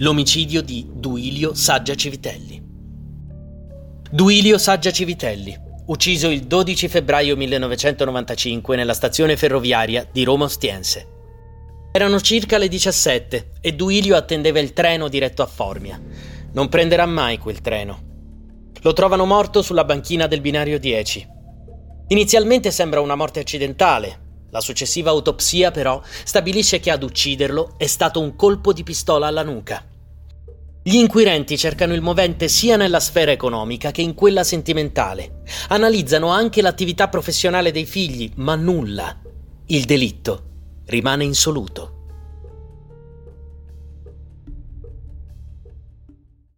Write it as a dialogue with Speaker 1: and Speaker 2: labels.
Speaker 1: L'omicidio di Duilio Saggia Civitelli. Duilio Saggia Civitelli, ucciso il 12 febbraio 1995 nella stazione ferroviaria di Roma Ostiense. Erano circa le 17 e Duilio attendeva il treno diretto a Formia. Non prenderà mai quel treno. Lo trovano morto sulla banchina del binario 10. Inizialmente sembra una morte accidentale. La successiva autopsia, però, stabilisce che ad ucciderlo è stato un colpo di pistola alla nuca. Gli inquirenti cercano il movente sia nella sfera economica che in quella sentimentale. Analizzano anche l'attività professionale dei figli, ma nulla. Il delitto rimane insoluto.